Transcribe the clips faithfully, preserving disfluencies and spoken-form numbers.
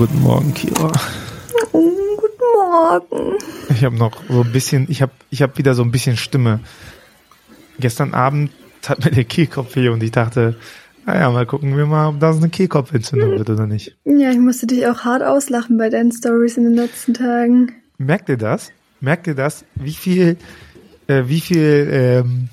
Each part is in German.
guten Morgen, Kira. Oh, guten Morgen. Ich habe noch so ein bisschen, ich habe ich hab wieder so ein bisschen Stimme. Gestern Abend hat mir der Kehlkopf weh und ich dachte, naja, mal gucken wir mal, ob das eine Kehlkopfentzündung wird oder nicht. Ja, ich musste dich auch hart auslachen bei deinen Stories in den letzten Tagen. Merkt ihr das? Merkt ihr das? Wie viel, äh, wie viel ähm,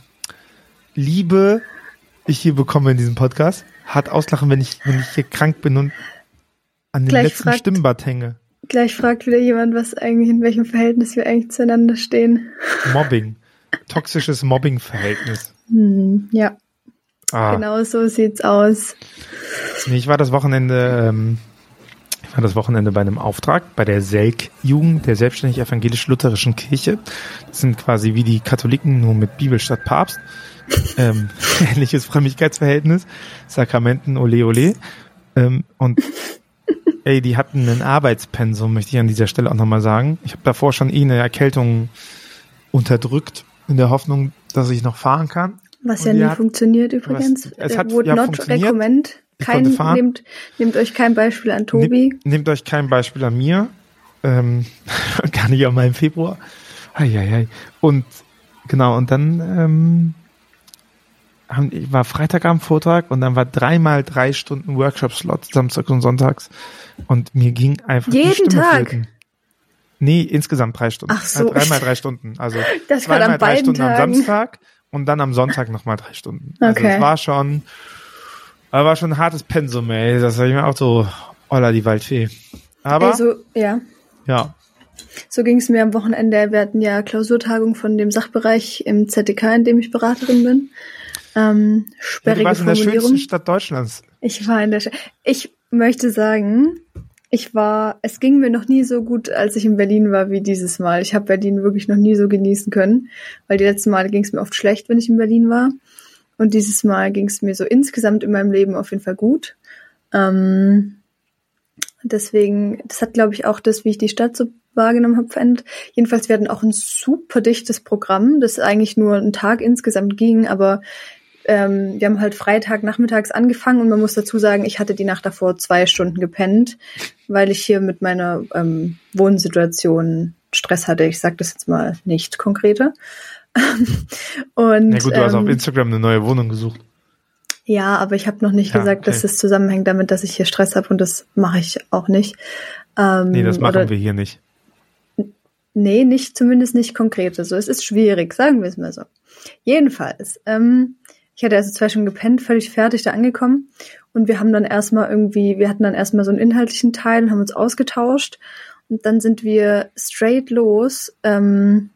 Liebe ich hier bekomme in diesem Podcast? Hart auslachen, wenn ich, wenn ich hier krank bin und an den Gleich letzten fragt, Stimmbad hänge. Gleich fragt wieder jemand, was eigentlich, in welchem Verhältnis wir eigentlich zueinander stehen. Mobbing. Toxisches Mobbing-Verhältnis. Hm, ja. Ah. Genau so sieht's aus. Nee, ich war das Wochenende, ähm, ich war das Wochenende bei einem Auftrag bei der Selk-Jugend, der selbstständig evangelisch-lutherischen Kirche. Das sind quasi wie die Katholiken, nur mit Bibel statt Papst. ähm, ähnliches Frömmigkeitsverhältnis. Sakramenten, ole ole. Ähm, und ey, die hatten ein Arbeitspensum, möchte ich an dieser Stelle auch nochmal sagen. Ich habe davor schon eh eine Erkältung unterdrückt, in der Hoffnung, dass ich noch fahren kann. Was ja nie hat, funktioniert übrigens. Was, es hat Would ja not funktioniert. recommend. Kein, nehmt, nehmt euch kein Beispiel an Tobi. Nehmt, nehmt euch kein Beispiel an mir. Ähm, gar nicht an meinem Februar. Eieiei. Und genau, und dann ähm, haben, ich war Freitagabend Vortrag und dann war dreimal drei Stunden Workshop-Slot, Samstags und Sonntags. Und mir ging einfach jeden die Stimme Tag. flöten. Nee, insgesamt drei Stunden. Ach so. Äh, dreimal drei Stunden. Also das zweimal an drei beiden Stunden Tagen. am Samstag und dann am Sonntag nochmal drei Stunden. Also okay. es war schon, war schon ein hartes Pensum, ey. Das war ich mir auch so, holla die Waldfee. Aber, also, ja. ja. So ging es mir am Wochenende. Wir hatten ja Klausurtagung von dem Sachbereich im Z D K, in dem ich Beraterin bin. Ähm, sperrige ja, du warst in der Formulierung. schönsten Stadt Deutschlands. Ich war in der Sch- Ich möchte sagen, ich war, es ging mir noch nie so gut, als ich in Berlin war, wie dieses Mal. Ich habe Berlin wirklich noch nie so genießen können, weil die letzten Male ging es mir oft schlecht, wenn ich in Berlin war. Und dieses Mal ging es mir so insgesamt in meinem Leben auf jeden Fall gut. Ähm, deswegen, das hat, glaube ich, auch das, wie ich die Stadt so wahrgenommen habe, verändert. Jedenfalls, wir hatten auch ein super dichtes Programm, das eigentlich nur einen Tag insgesamt ging, aber ähm, wir haben halt Freitag nachmittags angefangen und man muss dazu sagen, ich hatte die Nacht davor zwei Stunden gepennt, weil ich hier mit meiner ähm, Wohnsituation Stress hatte. Ich sage das jetzt mal nicht konkreter. Und, ja gut, du hast ähm, auf Instagram eine neue Wohnung gesucht. Ja, aber ich habe noch nicht ja, gesagt, okay. dass das zusammenhängt damit, dass ich hier Stress habe und das mache ich auch nicht. Ähm, nee, das machen oder, wir hier nicht. Nee, nicht, zumindest nicht konkret. Also es ist schwierig, sagen wir es mal so. Jedenfalls, ähm, ich hatte also zwei Stunden gepennt, völlig fertig da angekommen und wir haben dann erstmal irgendwie, wir hatten dann erstmal so einen inhaltlichen Teil und haben uns ausgetauscht und dann sind wir straight los ähm,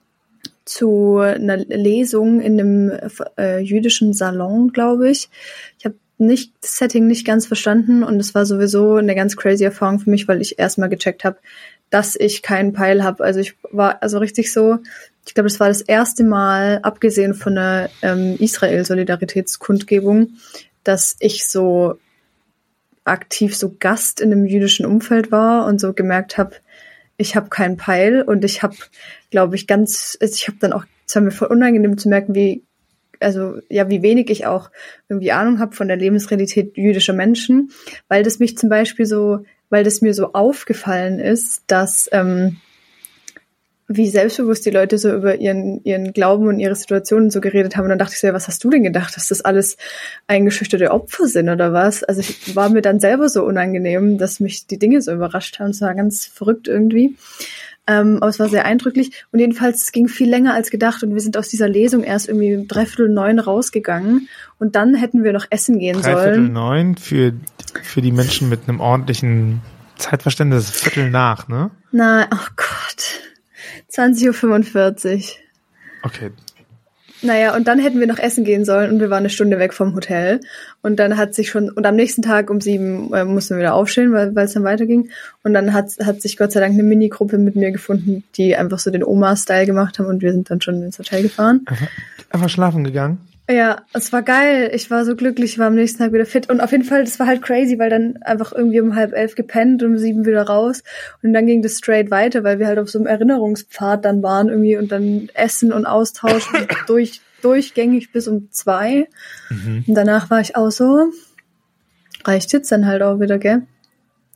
zu einer Lesung in einem äh, jüdischen Salon, glaube ich. Ich habe nicht das Setting nicht ganz verstanden und es war sowieso eine ganz crazy Erfahrung für mich, weil ich erstmal gecheckt habe, dass ich keinen Peil habe. Also ich war also richtig so, ich glaube, das war das erste Mal, abgesehen von einer ähm, Israel-Solidaritätskundgebung, dass ich so aktiv so Gast in einem jüdischen Umfeld war und so gemerkt habe, ich habe keinen Peil und ich habe, glaube ich, ganz, ich habe dann auch, es war mir voll unangenehm zu merken, wie, also ja, wie wenig ich auch irgendwie Ahnung habe von der Lebensrealität jüdischer Menschen, weil das mich zum Beispiel so, weil das mir so aufgefallen ist, dass ähm, wie selbstbewusst die Leute so über ihren ihren Glauben und ihre Situationen so geredet haben. Und dann dachte ich so, ja, was hast du denn gedacht, dass das alles eingeschüchterte Opfer sind oder was? Also ich war mir dann selber so unangenehm, dass mich die Dinge so überrascht haben. Es war ganz verrückt irgendwie. Ähm, aber es war sehr eindrücklich. Und jedenfalls, es ging viel länger als gedacht und wir sind aus dieser Lesung erst irgendwie um dreiviertel neun rausgegangen. Und dann hätten wir noch essen gehen sollen. Dreiviertel neun für, für die Menschen mit einem ordentlichen Zeitverständnis ist Viertel nach, ne? Na, oh Gott. zwanzig Uhr fünfundvierzig. Okay. Naja, und dann hätten wir noch essen gehen sollen und wir waren eine Stunde weg vom Hotel. Und dann hat sich schon, und am nächsten Tag um sieben äh, mussten wir wieder aufstehen, weil weil es dann weiterging. Und dann hat hat sich Gott sei Dank eine Minigruppe mit mir gefunden, die einfach so den Oma-Style gemacht haben und wir sind dann schon ins Hotel gefahren. Einfach, einfach schlafen gegangen? Ja, es war geil. Ich war so glücklich, ich war am nächsten Tag wieder fit. Und auf jeden Fall, das war halt crazy, weil dann einfach irgendwie um halb elf gepennt und um sieben wieder raus. Und dann ging das straight weiter, weil wir halt auf so einem Erinnerungspfad dann waren irgendwie und dann Essen und Austausch durch, durchgängig bis um zwei. Mhm. Und danach war ich auch so, reicht jetzt dann halt auch wieder, gell?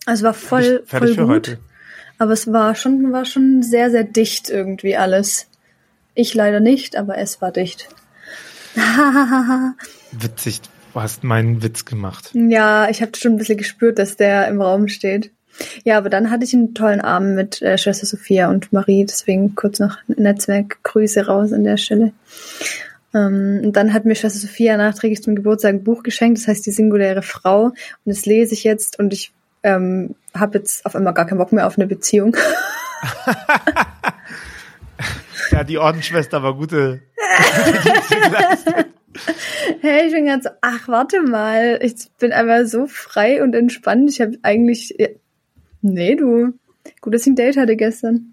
Also es war voll, voll gut. Heute. Aber es war schon, war schon sehr, sehr dicht irgendwie alles. Ich leider nicht, aber es war dicht. Witzig, du hast meinen Witz gemacht. Ja, ich habe schon ein bisschen gespürt, dass der im Raum steht. Ja, aber dann hatte ich einen tollen Abend mit äh, Schwester Sophia und Marie, deswegen kurz noch Netzwerkgrüße raus an der Stelle. Ähm, und dann hat mir Schwester Sophia nachträglich zum Geburtstag ein Buch geschenkt, das heißt Die singuläre Frau, und das lese ich jetzt und ich ähm, habe jetzt auf einmal gar keinen Bock mehr auf eine Beziehung. Ja, die Ordensschwester war gute. Hey, ich bin ganz so, ach, warte mal, ich bin einfach so frei und entspannt. Ich habe eigentlich, ja, nee, du, gut, dass ich ein Date hatte gestern.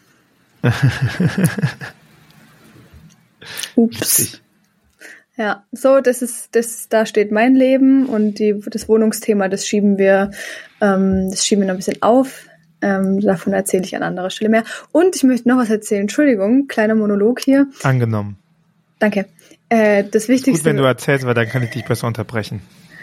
Ups. Ja, so, das ist, das, da steht mein Leben und die, das Wohnungsthema, das schieben wir, ähm, das schieben wir noch ein bisschen auf. Ähm, davon erzähle ich an anderer Stelle mehr. Und ich möchte noch was erzählen. Entschuldigung, kleiner Monolog hier. Angenommen. Danke. Äh, das Wichtigste. Gut, wenn du erzählst, weil dann kann ich dich besser unterbrechen.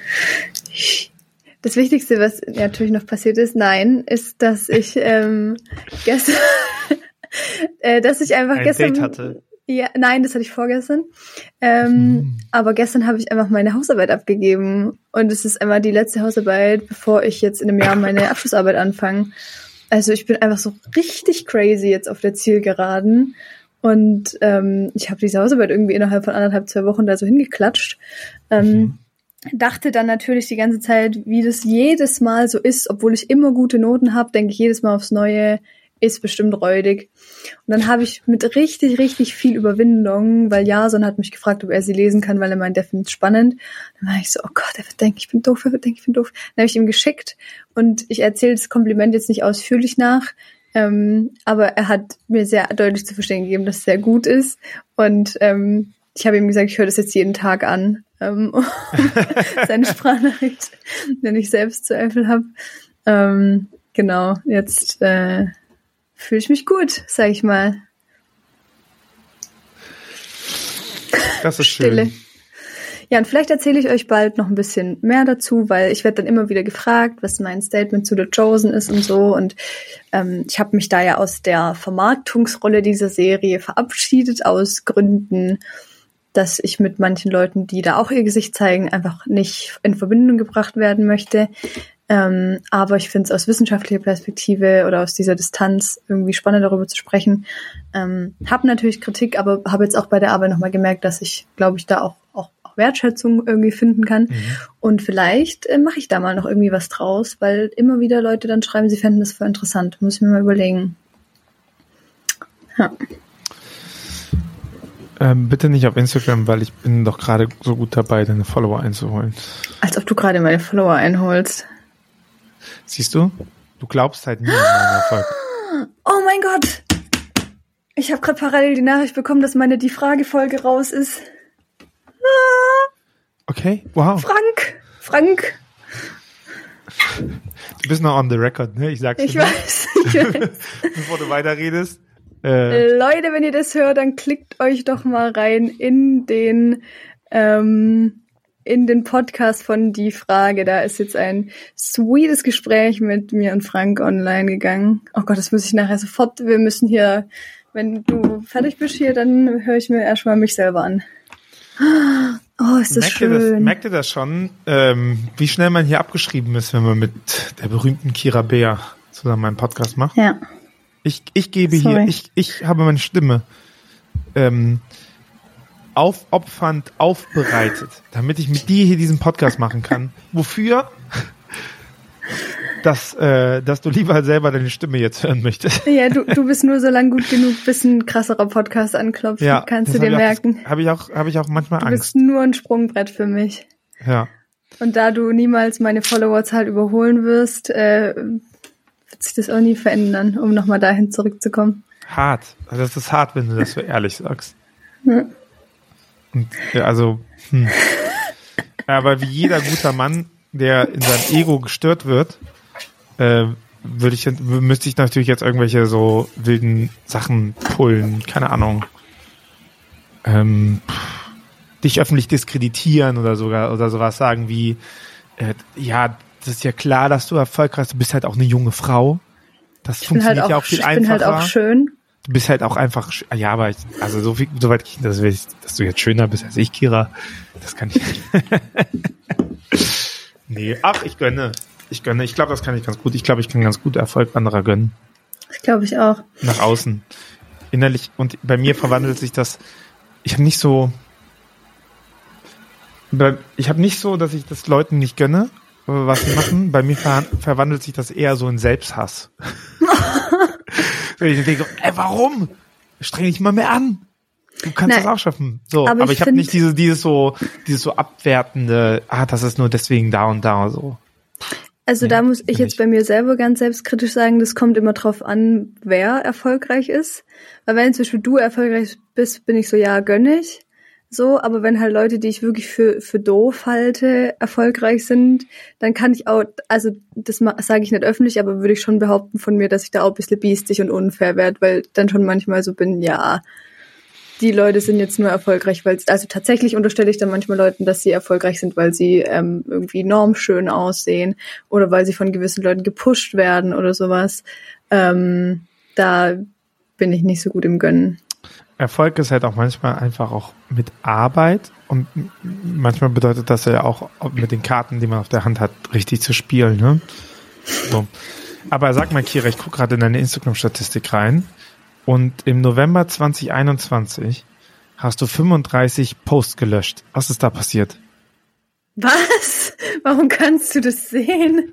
Das Wichtigste, was natürlich noch passiert ist, nein, ist, dass ich ähm, gestern, äh, dass ich einfach Ein gestern Date hatte. Ja, nein, das hatte ich vorgestern. Ähm, hm. Aber gestern habe ich einfach meine Hausarbeit abgegeben. Und es ist einmal die letzte Hausarbeit, bevor ich jetzt in einem Jahr meine Abschlussarbeit anfange. Also ich bin einfach so richtig crazy jetzt auf der Zielgeraden. Und ähm, ich habe diese Hausarbeit irgendwie innerhalb von anderthalb, zwei Wochen da so hingeklatscht. Ähm, mhm. Dachte dann natürlich die ganze Zeit, wie das jedes Mal so ist, obwohl ich immer gute Noten habe, denke ich jedes Mal aufs Neue, ist bestimmt räudig. Und dann habe ich mit richtig, richtig viel Überwindung, weil Jason hat mich gefragt, ob er sie lesen kann, weil er meint, der findet es spannend. Dann war ich so, oh Gott, er wird denken, ich bin doof, er wird denken, ich bin doof. Dann habe ich ihm geschickt und ich erzähle das Kompliment jetzt nicht ausführlich nach, ähm, aber er hat mir sehr deutlich zu verstehen gegeben, dass es sehr gut ist. Und ähm, ich habe ihm gesagt, ich höre das jetzt jeden Tag an, ähm, seine Sprachnachricht, wenn ich Selbstzweifel habe. Ähm, genau, jetzt äh, fühle ich mich gut, sag ich mal. Das ist Stille. Schön. Ja, und vielleicht erzähle ich euch bald noch ein bisschen mehr dazu, weil ich werde dann immer wieder gefragt, was mein Statement zu The Chosen ist und so. Und ähm, ich habe mich da ja aus der Vermarktungsrolle dieser Serie verabschiedet, aus Gründen, dass ich mit manchen Leuten, die da auch ihr Gesicht zeigen, einfach nicht in Verbindung gebracht werden möchte. Ähm, aber ich finde es aus wissenschaftlicher Perspektive oder aus dieser Distanz irgendwie spannend, darüber zu sprechen. Ähm, habe natürlich Kritik, aber habe jetzt auch bei der Arbeit nochmal gemerkt, dass ich, glaube ich, da auch, auch, auch Wertschätzung irgendwie finden kann. Mhm. Und vielleicht äh, mache ich da mal noch irgendwie was draus, weil immer wieder Leute dann schreiben, sie fänden das voll interessant. Muss ich mir mal überlegen. Ja. Ähm, bitte nicht auf Instagram, weil ich bin doch gerade so gut dabei, deine Follower einzuholen. Als ob du gerade meine Follower einholst. Siehst du? Du glaubst halt nie an meinen Erfolg. Oh mein Gott! Ich habe gerade parallel die Nachricht bekommen, dass meine Die Frage-Folge raus ist. Ah. Okay, wow. Frank! Frank! Du bist noch on the record, ne? Ich sag's dir. Ich weiß, ich weiß. Bevor du weiterredest. Äh, Leute, wenn ihr das hört, dann klickt euch doch mal rein in den ähm, in den Podcast von Die Frage. Da ist jetzt ein sweetes Gespräch mit mir und Frank online gegangen. Oh Gott, das muss ich nachher sofort, wir müssen hier, wenn du fertig bist hier, dann höre ich mir erstmal mich selber an. Oh, ist das merkt schön. Ihr das, merkt ihr das schon, ähm, wie schnell man hier abgeschrieben ist, wenn man mit der berühmten Kira Beer zusammen einen Podcast macht? Ja. Ich, ich gebe Sorry. hier, ich, ich habe meine Stimme ähm, aufopfernd aufbereitet, damit ich mit dir hier diesen Podcast machen kann. Wofür? dass, äh, dass du lieber selber deine Stimme jetzt hören möchtest. Ja, du, du bist nur so lang gut genug, bis ein krasserer Podcast anklopft. Ja, kannst du dir merken. Habe ich auch, habe ich auch manchmal du Angst. Du bist nur ein Sprungbrett für mich. Ja. Und da du niemals meine Followerzahl überholen wirst, äh, wird sich das auch nie verändern, um nochmal dahin zurückzukommen. Hart. Also das ist hart, wenn du das so ehrlich sagst. Ja. Und, ja, also, hm. Aber wie jeder guter Mann, der in seinem Ego gestört wird, äh, würde ich, müsste ich natürlich jetzt irgendwelche so wilden Sachen pullen, keine Ahnung. Ähm, dich öffentlich diskreditieren oder sogar oder sowas sagen wie, äh, ja, das ist ja klar, dass du erfolgreich bist. Du bist halt auch eine junge Frau. Das ich funktioniert halt auch, ja auch viel ich einfacher. Ich bin halt auch schön. Du bist halt auch einfach, ja, aber ich, also so viel, soweit ich, dass, dass du jetzt schöner bist als ich, Kira, das kann ich nicht. Nee, ach, ich gönne. Ich gönne. Ich glaube, das kann ich ganz gut. Ich glaube, ich kann ganz gut Erfolg anderer gönnen. Das glaube ich auch. Nach außen. Innerlich. Und bei mir verwandelt sich das, ich habe nicht so, ich habe nicht so, dass ich das Leuten nicht gönne, was sie machen. Bei mir ver, verwandelt sich das eher so in Selbsthass. Ich denke, ey, warum? Streng dich mal mehr an. Du kannst Nein, das auch schaffen. So, aber, aber ich, ich habe nicht dieses, dieses so, dieses so abwertende, ah, das ist nur deswegen da und da und so. Also ja, da muss ich jetzt ich. bei mir selber ganz selbstkritisch sagen, das kommt immer drauf an, wer erfolgreich ist. Weil wenn zum Beispiel du erfolgreich bist, bin ich so, ja, gönn ich. So, aber wenn halt Leute, die ich wirklich für für doof halte, erfolgreich sind, dann kann ich auch, also das sage ich nicht öffentlich, aber würde ich schon behaupten von mir, dass ich da auch ein bisschen biestig und unfair werde, weil dann schon manchmal so bin, ja, die Leute sind jetzt nur erfolgreich, weil, also tatsächlich unterstelle ich dann manchmal Leuten, dass sie erfolgreich sind, weil sie ähm, irgendwie normschön aussehen oder weil sie von gewissen Leuten gepusht werden oder sowas. Ähm, da bin ich nicht so gut im Gönnen. Erfolg ist halt auch manchmal einfach auch mit Arbeit und manchmal bedeutet das ja auch mit den Karten, die man auf der Hand hat, richtig zu spielen, ne? So. Aber sag mal, Kira, ich gucke gerade in deine Instagram-Statistik rein und im November zwanzig einundzwanzig hast du fünfunddreißig Posts gelöscht. Was ist da passiert? Was? Warum kannst du das sehen?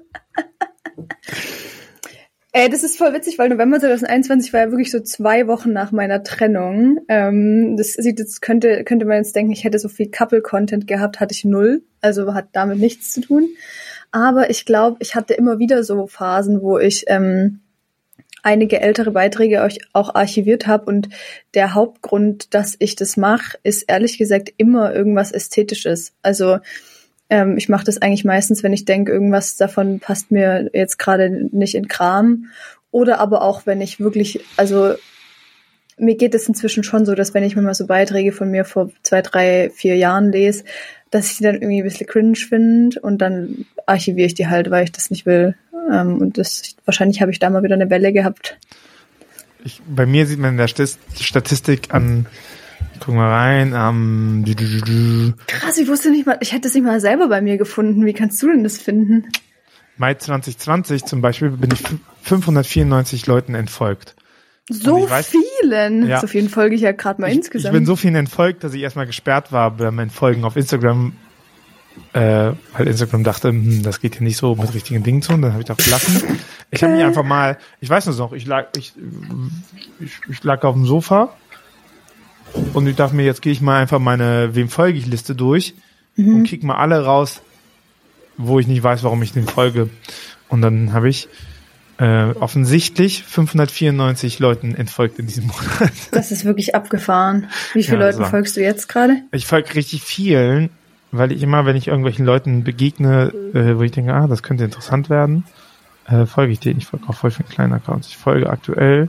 Äh, das ist voll witzig, weil November zwanzig einundzwanzig war ja wirklich so zwei Wochen nach meiner Trennung. Ähm, das sieht jetzt, könnte, könnte man jetzt denken, ich hätte so viel Couple-Content gehabt, hatte ich null. Also hat damit nichts zu tun. Aber ich glaube, ich hatte immer wieder so Phasen, wo ich ähm, einige ältere Beiträge auch archiviert habe. Und der Hauptgrund, dass ich das mache, ist ehrlich gesagt immer irgendwas Ästhetisches. Also Ähm, ich mache das eigentlich meistens, wenn ich denke, irgendwas davon passt mir jetzt gerade nicht in Kram. Oder aber auch, wenn ich wirklich, also mir geht es inzwischen schon so, dass wenn ich mir mal so Beiträge von mir vor zwei, drei, vier Jahren lese, dass ich die dann irgendwie ein bisschen cringe finde und dann archiviere ich die halt, weil ich das nicht will. Ähm, und das wahrscheinlich habe ich da mal wieder eine Welle gehabt. Ich, bei mir sieht man in der Statistik an, guck mal rein. Ähm, du, du, du. Krass, ich wusste nicht mal, ich hätte es nicht mal selber bei mir gefunden. Wie kannst du denn das finden? Mai zwanzig zwanzig zum Beispiel bin ich fünfhundertvierundneunzig Leuten entfolgt. So weiß, vielen? Ja. So vielen folge ich ja gerade mal ich, insgesamt. Ich bin so vielen entfolgt, dass ich erstmal gesperrt war beim Entfolgen auf Instagram, äh, weil Instagram dachte, hm, das geht hier nicht so mit richtigen Dingen zu. Und dann habe ich das gelassen. Ich okay. habe mich einfach mal, ich weiß es noch, ich lag, ich, ich, ich lag auf dem Sofa. Und ich dachte mir, jetzt gehe ich mal einfach meine Wem folge ich Liste durch mhm. und kick mal alle raus, wo ich nicht weiß, warum ich den folge. Und dann habe ich äh, offensichtlich fünfhundertvierundneunzig Leuten entfolgt in diesem Monat. Das ist wirklich abgefahren. Wie viele ja, Leuten folgst du jetzt gerade? Ich folge richtig vielen, weil ich immer, wenn ich irgendwelchen Leuten begegne, äh, wo ich denke, ah, das könnte interessant werden, äh, folge ich denen. Ich folge auch voll vielen kleinen Accounts. Ich folge aktuell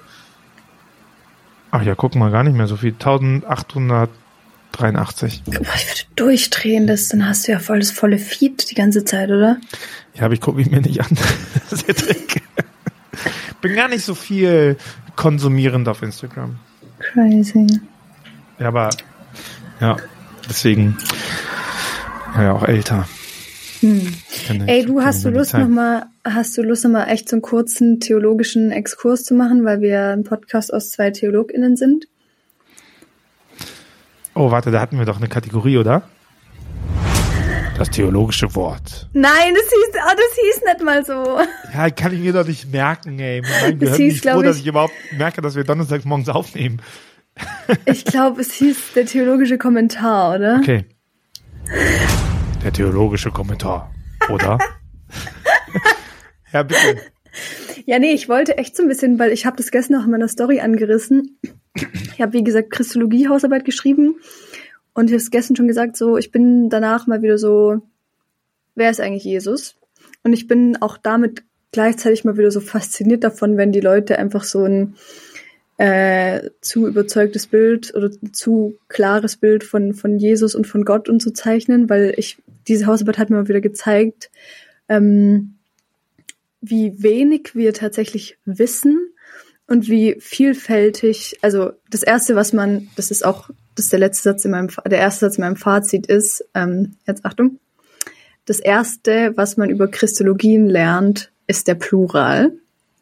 Ach ja, guck mal, gar nicht mehr so viel. eintausendachthundertdreiundachtzig. Boah, ich würde durchdrehen, das, dann hast du ja voll das volle Feed die ganze Zeit, oder? Ja, aber ich gucke mich mir nicht an. Das ist der Trick. Bin gar nicht so viel konsumierend auf Instagram. Crazy. Ja, aber ja, deswegen ja auch älter. Hm. Ey, du hast du Lust nochmal, hast du Lust nochmal echt so einen kurzen theologischen Exkurs zu machen, weil wir ein Podcast aus zwei TheologInnen sind? Oh, warte, da hatten wir doch eine Kategorie, oder? Das theologische Wort. Nein, das hieß, oh, das hieß nicht mal so. Ja, kann ich mir doch nicht merken, ey. Mein Gehirn ist nicht froh, dass ich überhaupt merke, dass wir donnerstags morgens aufnehmen. Ich glaube, es hieß der theologische Kommentar, oder? Okay. Der theologische Kommentar, oder? Ja, bitte. Ja, nee, ich wollte echt so ein bisschen, weil ich habe das gestern auch in meiner Story angerissen. Ich habe, wie gesagt, Christologie-Hausarbeit geschrieben und ich habe es gestern schon gesagt, so, ich bin danach mal wieder so, wer ist eigentlich Jesus? Und ich bin auch damit gleichzeitig mal wieder so fasziniert davon, wenn die Leute einfach so ein äh, zu überzeugtes Bild oder zu klares Bild von von Jesus und von Gott und so zeichnen, weil ich diese Hausarbeit hat mir mal wieder gezeigt, ähm, wie wenig wir tatsächlich wissen und wie vielfältig, also das erste, was man, das ist auch, das ist der letzte Satz in meinem, der erste Satz in meinem Fazit ist, ähm, jetzt Achtung, das erste, was man über Christologien lernt, ist der Plural.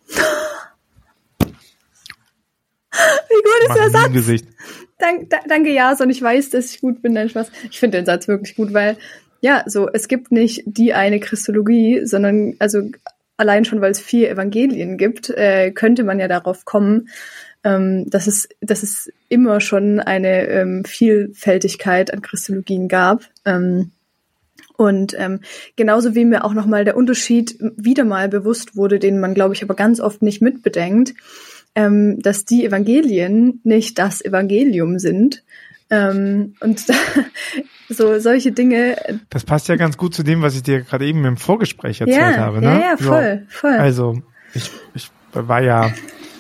Wie gut ist der Satz? Gesicht. Dank, da, danke, Jason. Ich weiß, dass ich gut bin. Nein, Spaß. Ich finde den Satz wirklich gut, weil, ja, so, es gibt nicht die eine Christologie, sondern, also, allein schon, weil es vier Evangelien gibt, äh, könnte man ja darauf kommen, ähm, dass es, dass es immer schon eine ähm, Vielfältigkeit an Christologien gab. Ähm, Und ähm, genauso wie mir auch nochmal der Unterschied wieder mal bewusst wurde, den man, glaube ich, aber ganz oft nicht mitbedenkt, ähm, dass die Evangelien nicht das Evangelium sind. Ähm, und da, so solche Dinge. Das passt ja ganz gut zu dem, was ich dir gerade eben im Vorgespräch erzählt ja, habe. Ne? Ja, ja, voll, so, voll. Also ich, ich war ja,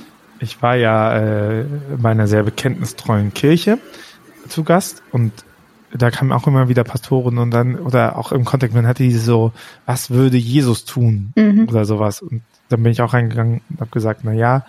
ich war ja äh, bei einer sehr bekenntnistreuen Kirche zu Gast und da kamen auch immer wieder Pastoren und dann, oder auch im Kontext, man hatte diese so, was würde Jesus tun? Mhm. Oder sowas. Und dann bin ich auch reingegangen und habe gesagt, na ja,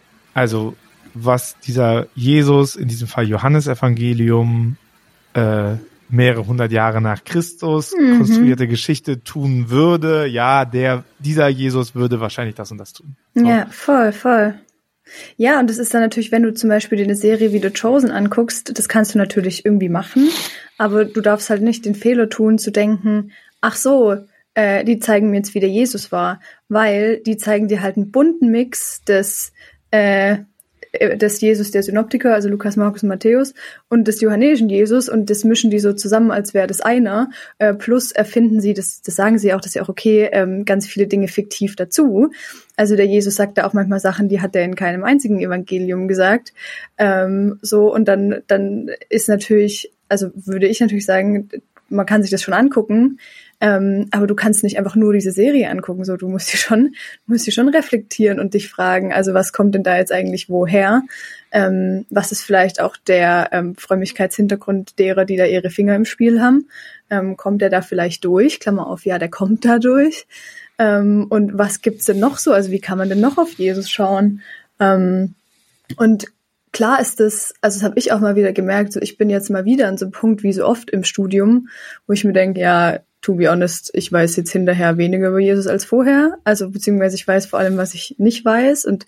also was dieser Jesus, in diesem Fall Johannesevangelium, äh, mehrere hundert Jahre nach Christus, mhm. konstruierte Geschichte tun würde, ja, der, dieser Jesus würde wahrscheinlich das und das tun. So. Ja, voll, voll. Ja, und das ist dann natürlich, wenn du zum Beispiel dir eine Serie wie The Chosen anguckst, das kannst du natürlich irgendwie machen, aber du darfst halt nicht den Fehler tun, zu denken, ach so, äh, die zeigen mir jetzt, wie der Jesus war, weil die zeigen dir halt einen bunten Mix des, äh, des Jesus der Synoptiker, also Lukas, Markus und Matthäus, und des johannäischen Jesus, und das mischen die so zusammen, als wäre das einer, äh, plus erfinden sie, das, das sagen sie auch, das ist ja auch okay, ähm, ganz viele Dinge fiktiv dazu. Also der Jesus sagt da auch manchmal Sachen, die hat er in keinem einzigen Evangelium gesagt. Ähm, so, und dann, dann ist natürlich, also würde ich natürlich sagen, man kann sich das schon angucken, ähm, aber du kannst nicht einfach nur diese Serie angucken, so, du musst dir schon, du musst dir schon reflektieren und dich fragen, also was kommt denn da jetzt eigentlich woher? Ähm, was ist vielleicht auch der ähm, Frömmigkeitshintergrund derer, die da ihre Finger im Spiel haben? Ähm, kommt der da vielleicht durch? Klammer auf, ja, der kommt da durch. Ähm, und was gibt's denn noch so? Also wie kann man denn noch auf Jesus schauen? Ähm, und klar ist das, also das habe ich auch mal wieder gemerkt, so ich bin jetzt mal wieder an so einem Punkt wie so oft im Studium, wo ich mir denke, ja, to be honest, ich weiß jetzt hinterher weniger über Jesus als vorher, also beziehungsweise ich weiß vor allem, was ich nicht weiß und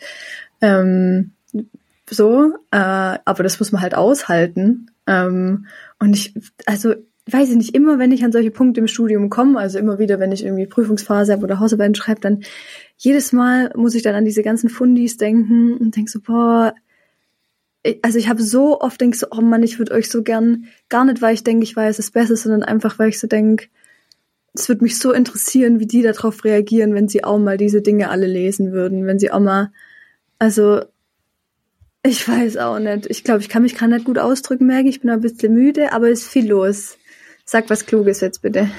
ähm, so, äh, aber das muss man halt aushalten. Ähm, und ich, also weiß ich nicht, immer wenn ich an solche Punkte im Studium komme, also immer wieder, wenn ich irgendwie Prüfungsphase habe oder Hausarbeiten schreibe, dann jedes Mal muss ich dann an diese ganzen Fundis denken und denke so, boah, also ich habe so oft denke so, oh Mann, ich würde euch so gern, gar nicht, weil ich denke, ich weiß es besser, sondern einfach, weil ich so denke, es würde mich so interessieren, wie die darauf reagieren, wenn sie auch mal diese Dinge alle lesen würden, wenn sie auch mal, also ich weiß auch nicht, ich glaube, ich kann mich gerade nicht gut ausdrücken, merke ich, ich bin ein bisschen müde, aber es ist viel los. Sag was Kluges jetzt bitte.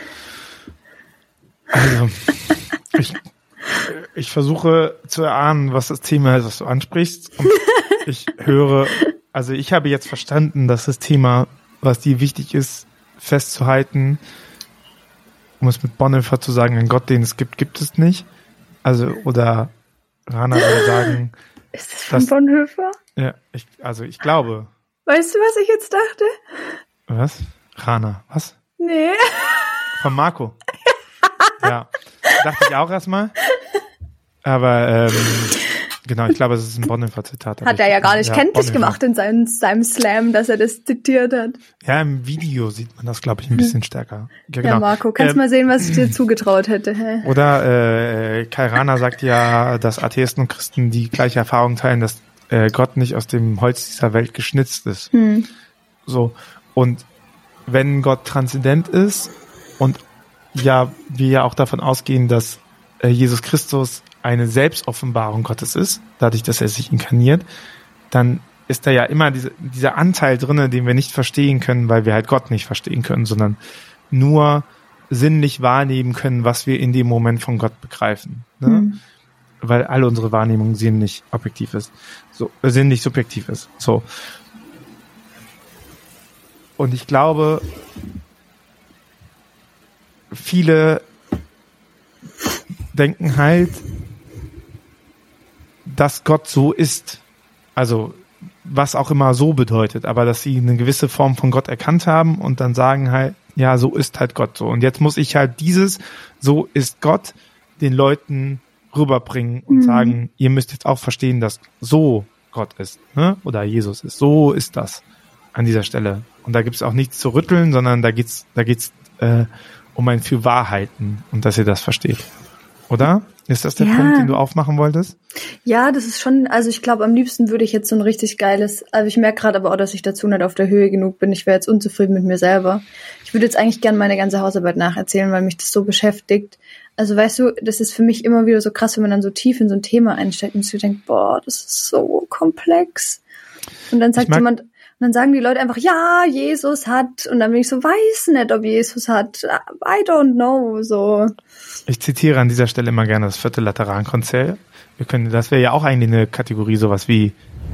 Also, ich, ich versuche zu erahnen, was das Thema ist, was du ansprichst. Und ich höre, also ich habe jetzt verstanden, dass das Thema, was dir wichtig ist, festzuhalten, um es mit Bonhoeffer zu sagen, einen Gott, den es gibt, gibt es nicht. Also, oder Rana würde sagen... Ist das von dass, Bonhoeffer? Ja, ich, also ich glaube. Weißt du, was ich jetzt dachte? Was? Rana, was? Nee. Von Marco. Ja, dachte ich auch erstmal. Aber ähm, genau, ich glaube, es ist ein Bonhoeffer-Zitat. Hat er ja gar nicht ja, kenntlich Bonhoeffer. gemacht in seinem, seinem Slam, dass er das zitiert hat. Ja, im Video sieht man das, glaube ich, ein bisschen stärker. Ja, genau. Ja, Marco, kannst ähm, mal sehen, was ich dir zugetraut hätte. Hä? Oder äh, Kai Rana sagt ja, dass Atheisten und Christen die gleiche Erfahrung teilen, dass äh, Gott nicht aus dem Holz dieser Welt geschnitzt ist. Hm. So, und wenn Gott transzendent ist und ja, wir ja auch davon ausgehen, dass äh, Jesus Christus eine Selbstoffenbarung Gottes ist, dadurch, dass er sich inkarniert, dann ist da ja immer diese, dieser Anteil drinne, den wir nicht verstehen können, weil wir halt Gott nicht verstehen können, sondern nur sinnlich wahrnehmen können, was wir in dem Moment von Gott begreifen. Ne? Mhm. Weil alle unsere Wahrnehmung sinnlich objektiv ist. So, äh, sinnlich subjektiv ist. So. Und ich glaube, viele denken halt, dass Gott so ist. Also, was auch immer so bedeutet, aber dass sie eine gewisse Form von Gott erkannt haben und dann sagen halt, ja, so ist halt Gott so. Und jetzt muss ich halt dieses, so ist Gott, den Leuten rüberbringen und mhm. sagen, ihr müsst jetzt auch verstehen, dass so Gott ist, ne? Oder Jesus ist. So ist das an dieser Stelle. Und da gibt's auch nichts zu rütteln, sondern da geht's, da geht's äh, um ein für Wahrheiten und dass ihr das versteht. Oder? Ist das der ja. Punkt, den du aufmachen wolltest? Ja, das ist schon, also ich glaube, am liebsten würde ich jetzt so ein richtig geiles, also ich merke gerade aber auch, dass ich dazu nicht auf der Höhe genug bin. Ich wäre jetzt unzufrieden mit mir selber. Ich würde jetzt eigentlich gerne meine ganze Hausarbeit nacherzählen, weil mich das so beschäftigt. Also weißt du, das ist für mich immer wieder so krass, wenn man dann so tief in so ein Thema einsteigt und sich denkt, boah, das ist so komplex. Und dann sagt jemand, und dann sagen die Leute einfach, ja, Jesus hat, und dann bin ich so, weiß nicht, ob Jesus hat, I don't know, so. Ich zitiere an dieser Stelle immer gerne das vierte Laterankonzil. Wir können, das wäre ja auch eigentlich eine Kategorie, sowas wie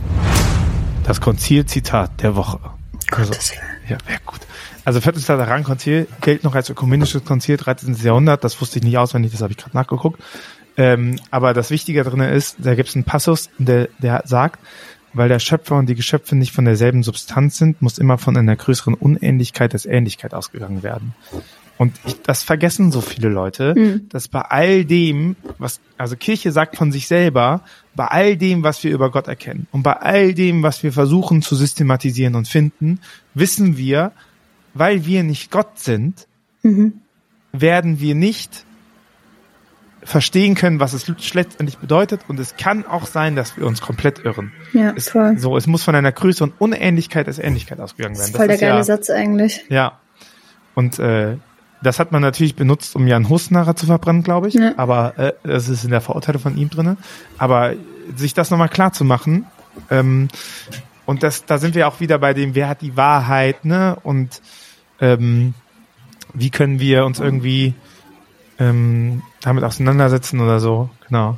das Konzilzitat der Woche. Also, ja, wäre gut. Also viertes Laterankonzil gilt noch als ökumenisches Konzil, dreizehnten Jahrhundert, das wusste ich nicht auswendig, das habe ich gerade nachgeguckt. Ähm, aber das Wichtige drin ist, da gibt es einen Passus, der, der sagt, weil der Schöpfer und die Geschöpfe nicht von derselben Substanz sind, muss immer von einer größeren Unähnlichkeit als Ähnlichkeit ausgegangen werden. Und ich, das vergessen so viele Leute, mhm. dass bei all dem, was, also Kirche sagt von sich selber, bei all dem, was wir über Gott erkennen und bei all dem, was wir versuchen zu systematisieren und finden, wissen wir, weil wir nicht Gott sind, mhm. werden wir nicht verstehen können, was es letztendlich bedeutet, und es kann auch sein, dass wir uns komplett irren. Ja, es, voll. So, es muss von einer größeren Unähnlichkeit als Ähnlichkeit ausgegangen werden. Das ist voll das der ist geile ja, Satz eigentlich. Ja. Und äh, das hat man natürlich benutzt, um Jan Hus nachher zu verbrennen, glaube ich. Ja. Aber äh, das ist in der Verurteilung von ihm drinne. Aber sich das nochmal klar zu machen, ähm, und das, da sind wir auch wieder bei dem, wer hat die Wahrheit, ne? Und ähm, wie können wir uns irgendwie ähm, damit auseinandersetzen oder so. Genau.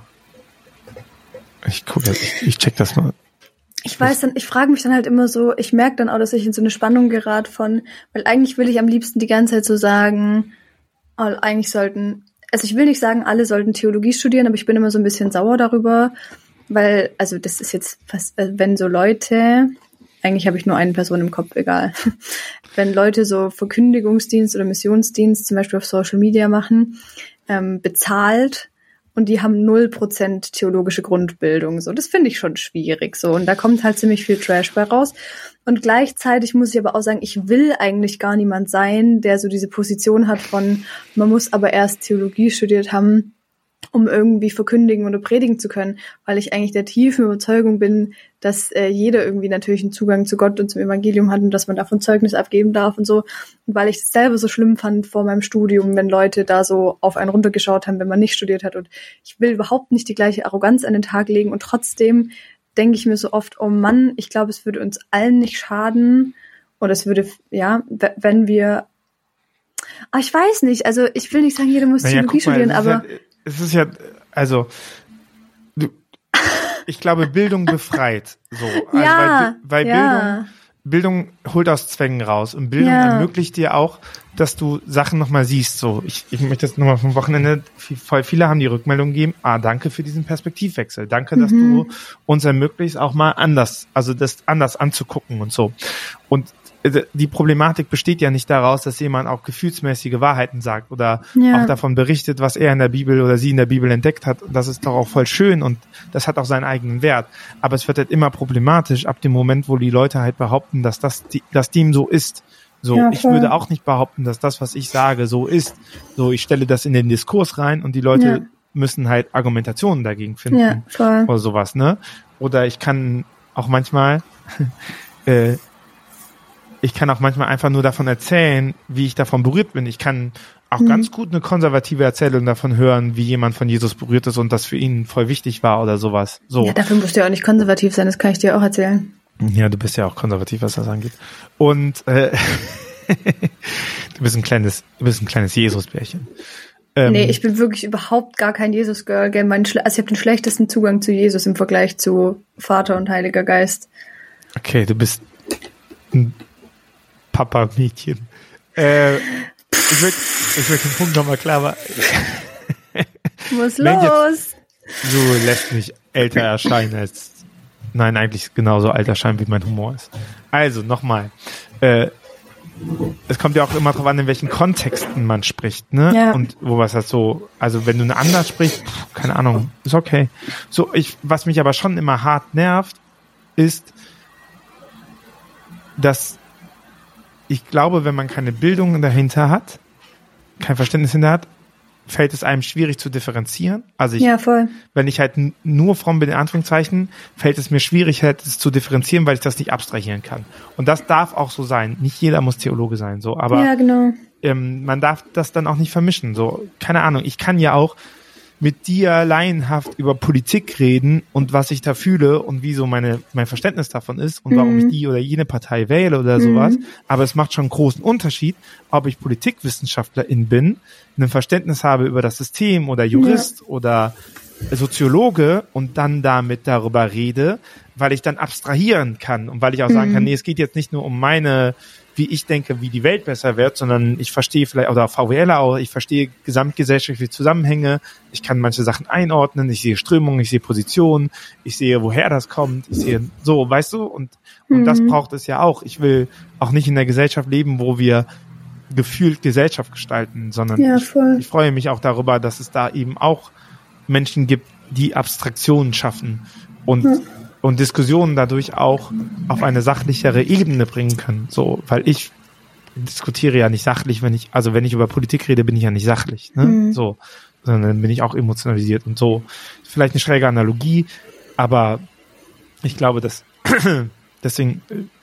Ich gucke, ich, ich check das mal. Ich weiß dann, ich frage mich dann halt immer so, ich merke dann auch, dass ich in so eine Spannung gerate von, weil eigentlich will ich am liebsten die ganze Zeit so sagen, oh, eigentlich sollten, also ich will nicht sagen, alle sollten Theologie studieren, aber ich bin immer so ein bisschen sauer darüber, weil, also das ist jetzt fast, wenn so Leute, eigentlich habe ich nur eine Person im Kopf, egal, wenn Leute so Verkündigungsdienst oder Missionsdienst zum Beispiel auf Social Media machen, ähm, bezahlt, und die haben null Prozent theologische Grundbildung. So, das finde ich schon schwierig. So, und da kommt halt ziemlich viel Trash bei raus. Und gleichzeitig muss ich aber auch sagen, ich will eigentlich gar niemand sein, der so diese Position hat von, man muss aber erst Theologie studiert haben, um irgendwie verkündigen oder predigen zu können, weil ich eigentlich der tiefen Überzeugung bin, dass äh, jeder irgendwie natürlich einen Zugang zu Gott und zum Evangelium hat und dass man davon Zeugnis abgeben darf und so. Und weil ich es selber so schlimm fand vor meinem Studium, wenn Leute da so auf einen runtergeschaut haben, wenn man nicht studiert hat. Und ich will überhaupt nicht die gleiche Arroganz an den Tag legen. Und trotzdem denke ich mir so oft, oh Mann, ich glaube, es würde uns allen nicht schaden. Oder es würde, ja, wenn wir, aber ich weiß nicht, also ich will nicht sagen, jeder muss naja, Theologie studieren, aber ja, es ist ja, also du, ich glaube, Bildung befreit. So, also ja, weil, weil ja. Bildung, Bildung holt aus Zwängen raus und Bildung ja. ermöglicht dir auch, dass du Sachen nochmal siehst. So, ich, ich möchte das nochmal vom Wochenende, voll viele haben die Rückmeldung gegeben, ah, danke für diesen Perspektivwechsel, danke, dass mhm. du uns ermöglicht, auch mal anders, also das anders anzugucken und so. Und die Problematik besteht ja nicht daraus, dass jemand auch gefühlsmäßige Wahrheiten sagt oder ja. auch davon berichtet, was er in der Bibel oder sie in der Bibel entdeckt hat. Das ist doch auch voll schön und das hat auch seinen eigenen Wert. Aber es wird halt immer problematisch ab dem Moment, wo die Leute halt behaupten, dass das dass dem so ist. So, ja, ich würde auch nicht behaupten, dass das, was ich sage, so ist. So, ich stelle das in den Diskurs rein und die Leute ja. müssen halt Argumentationen dagegen finden ja, voll. oder sowas, ne? Oder ich kann auch manchmal äh, Ich kann auch manchmal einfach nur davon erzählen, wie ich davon berührt bin. Ich kann auch mhm. ganz gut eine konservative Erzählung davon hören, wie jemand von Jesus berührt ist und das für ihn voll wichtig war oder sowas. So. Ja, dafür musst du ja auch nicht konservativ sein, das kann ich dir auch erzählen. Ja, du bist ja auch konservativ, was das angeht. Und äh, du bist ein kleines, du bist ein kleines Jesus-Bärchen. Ähm, nee, ich bin wirklich überhaupt gar kein Jesus-Girl. Gell? Mein Schle- also ich habe den schlechtesten Zugang zu Jesus im Vergleich zu Vater und Heiliger Geist. Okay, du bist ein Papa-Mädchen. Äh, ich will, ich will den Punkt nochmal klar machen. Muss Wenn los. Jetzt, du lässt mich älter erscheinen als, nein, eigentlich genauso alt erscheinen, wie mein Humor ist. Also, nochmal. Äh, es kommt ja auch immer drauf an, in welchen Kontexten man spricht, ne? Ja. Und wo was das so, also wenn du eine anders sprichst, pff, keine Ahnung, ist okay. So, ich, was mich aber schon immer hart nervt, ist, dass ich glaube, wenn man keine Bildung dahinter hat, kein Verständnis hinter hat, fällt es einem schwierig zu differenzieren. Also ich, Ja, voll. wenn ich halt n- nur fromm bin, in Anführungszeichen, fällt es mir schwierig, halt es zu differenzieren, weil ich das nicht abstrahieren kann. Und das darf auch so sein. Nicht jeder muss Theologe sein, so. Aber Ja, genau. ähm, man darf das dann auch nicht vermischen. So, keine Ahnung. Ich kann ja auch mit dir laienhaft über Politik reden und was ich da fühle und wie so meine, mein Verständnis davon ist und Mhm. warum ich die oder jene Partei wähle oder sowas. Aber es macht schon einen großen Unterschied, ob ich Politikwissenschaftlerin bin, ein Verständnis habe über das System oder Jurist ja. oder Soziologe und dann damit darüber rede, weil ich dann abstrahieren kann und weil ich auch sagen Mhm. kann, nee, es geht jetzt nicht nur um meine, wie ich denke, wie die Welt besser wird, sondern ich verstehe vielleicht, oder VWLer auch, ich verstehe gesamtgesellschaftliche Zusammenhänge, ich kann manche Sachen einordnen, ich sehe Strömungen, ich sehe Positionen, ich sehe, woher das kommt, ich sehe so, weißt du, und, und mhm. das braucht es ja auch. Ich will auch nicht in der Gesellschaft leben, wo wir gefühlt Gesellschaft gestalten, sondern ja, ich, ich freue mich auch darüber, dass es da eben auch Menschen gibt, die Abstraktionen schaffen und mhm. und Diskussionen dadurch auch auf eine sachlichere Ebene bringen können. So, weil ich diskutiere ja nicht sachlich, wenn ich, also wenn ich über Politik rede, bin ich ja nicht sachlich, ne? Mhm. So, sondern bin ich auch emotionalisiert und so. Vielleicht eine schräge Analogie, aber ich glaube, dass deswegen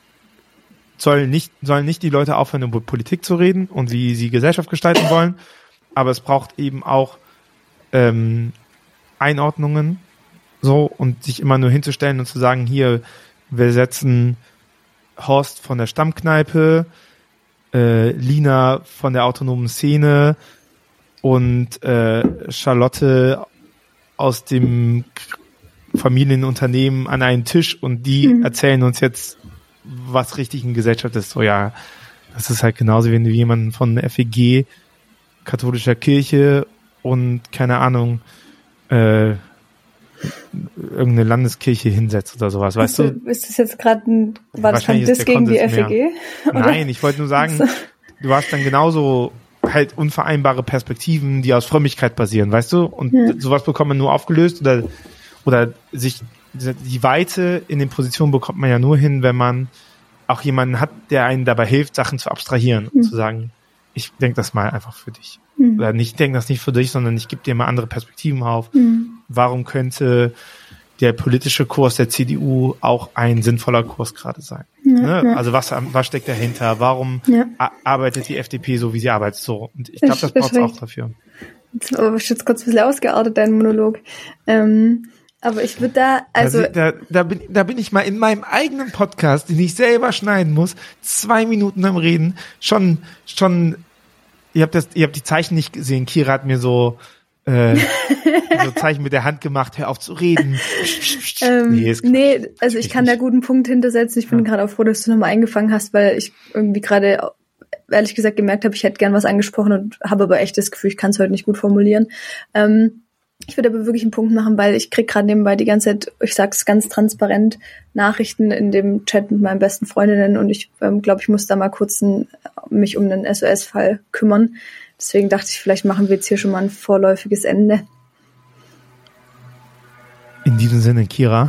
sollen nicht, sollen nicht die Leute aufhören, über Politik zu reden und wie sie Gesellschaft gestalten wollen, aber es braucht eben auch ähm, Einordnungen, so, und sich immer nur hinzustellen und zu sagen, hier, wir setzen Horst von der Stammkneipe, äh, Lina von der autonomen Szene und äh, Charlotte aus dem Familienunternehmen an einen Tisch und die mhm. erzählen uns jetzt, was richtig in Gesellschaft ist. So, ja, das ist halt genauso, wenn du jemanden von der F E G, katholischer Kirche und, keine Ahnung, äh, irgendeine Landeskirche hinsetzt oder sowas, weißt du? du? Ist das jetzt gerade ein, war das ein Diss gegen die F E G? Oder? Nein, ich wollte nur sagen, also. du hast dann genauso halt unvereinbare Perspektiven, die aus Frömmigkeit basieren, weißt du? Und ja. sowas bekommt man nur aufgelöst oder, oder sich, die Weite in den Positionen bekommt man ja nur hin, wenn man auch jemanden hat, der einen dabei hilft, Sachen zu abstrahieren und mhm. zu sagen, ich denke das mal einfach für dich. Mhm. Oder nicht, ich denke das nicht für dich, sondern ich gebe dir mal andere Perspektiven auf. Mhm. Warum könnte der politische Kurs der C D U auch ein sinnvoller Kurs gerade sein? Ja, ne? ja. Also was, was steckt dahinter? Warum ja. arbeitet die F D P so, wie sie arbeitet? So. Und ich glaube, das braucht es auch dafür. Jetzt habe ich jetzt kurz ein bisschen ausgeartet, dein Monolog. Ähm, aber ich würde da, also... Da, da, da, bin, da bin ich mal in meinem eigenen Podcast, den ich selber schneiden muss, zwei Minuten am Reden, schon, schon, ihr habt das, ihr habt die Zeichen nicht gesehen. Kira hat mir so, äh, so Zeichen mit der Hand gemacht, hör auf zu reden. ähm, nee, nee, also ich kann da guten Punkt hintersetzen. Ich bin ja. gerade auch froh, dass du nochmal eingefangen hast, weil ich irgendwie gerade, ehrlich gesagt, gemerkt habe, ich hätte gern was angesprochen und habe aber echt das Gefühl, ich kann es heute nicht gut formulieren. Ähm, Ich würde aber wirklich einen Punkt machen, weil ich krieg gerade nebenbei die ganze Zeit, ich sag's ganz transparent, Nachrichten in dem Chat mit meinen besten Freundinnen und ich ähm, glaube, ich muss da mal kurz ein, mich um einen S O S-Fall kümmern. Deswegen dachte ich, vielleicht machen wir jetzt hier schon mal ein vorläufiges Ende. In diesem Sinne, Kira,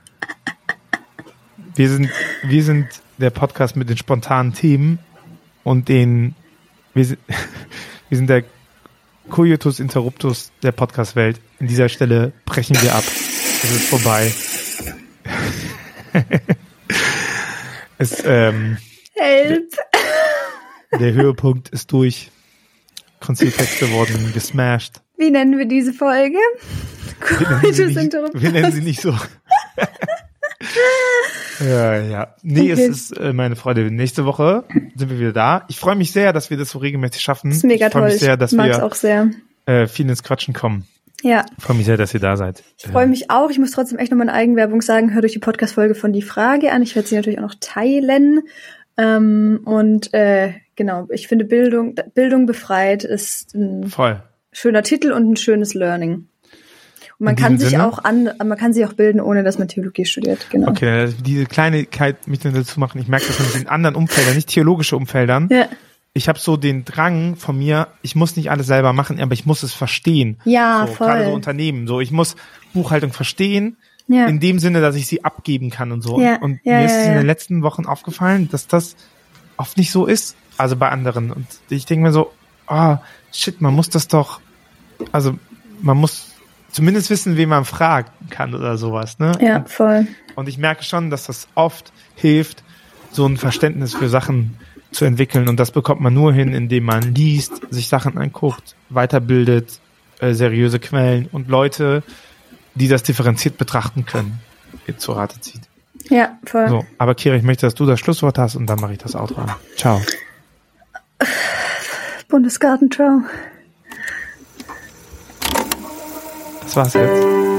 wir sind, wir sind der Podcast mit den spontanen Themen und den, wir sind, wir sind der Coitus Interruptus der Podcast-Welt. An dieser Stelle brechen wir ab. Es ist vorbei. es, ähm, Help! Der, der Höhepunkt ist durch. Konziltexte wurden gesmashed. Wie nennen wir diese Folge? Coitus Interruptus. Wir nennen sie nicht so. Ja, ja. Nee, okay. Es ist äh, meine Freude. Nächste Woche sind wir wieder da. Ich freue mich sehr, dass wir das so regelmäßig schaffen. Das ist mega ich freu toll. Mich sehr, dass ich mag's wir auch sehr. Äh, viel ins Quatschen kommen. Ja. Ich freue mich sehr, dass ihr da seid. Ich freue mich auch. Ich muss trotzdem echt nochmal eine Eigenwerbung sagen. Hört euch die Podcast-Folge von Die Frage an. Ich werde sie natürlich auch noch teilen. Ähm, und äh, genau, ich finde Bildung, Bildung befreit ist ein Voll. schöner Titel und ein schönes Learning. Und man In kann diesem sich Sinne? auch an, man kann sich auch bilden, ohne dass man Theologie studiert, genau. Okay, dann diese Kleinigkeit mich dann dazu machen. Ich merke das nämlich in anderen Umfeldern, nicht theologische Umfeldern. Ja, Ich habe so den Drang von mir, ich muss nicht alles selber machen, aber ich muss es verstehen. ja So, gerade so voll. Unternehmen. So, ich muss Buchhaltung verstehen, Ja, in dem Sinne, dass ich sie abgeben kann und so. Ja, Und ja, mir ist ja, es in ja. den letzten Wochen aufgefallen, dass das oft nicht so ist. Also bei anderen. Und ich denke mir so, ah, oh, shit, man muss das doch, also man muss zumindest wissen, wen man fragen kann oder sowas, ne? ja, voll. Und ich merke schon, dass das oft hilft, so ein Verständnis für Sachen zu entwickeln. Und das bekommt man nur hin, indem man liest, sich Sachen anguckt, weiterbildet, äh, seriöse Quellen und Leute, die das differenziert betrachten können, zu Rate zieht. Ja, voll. So, aber Kira, ich möchte, dass du das Schlusswort hast und dann mache ich das Outro. Ciao. Bundesgartenschau. Das war's jetzt.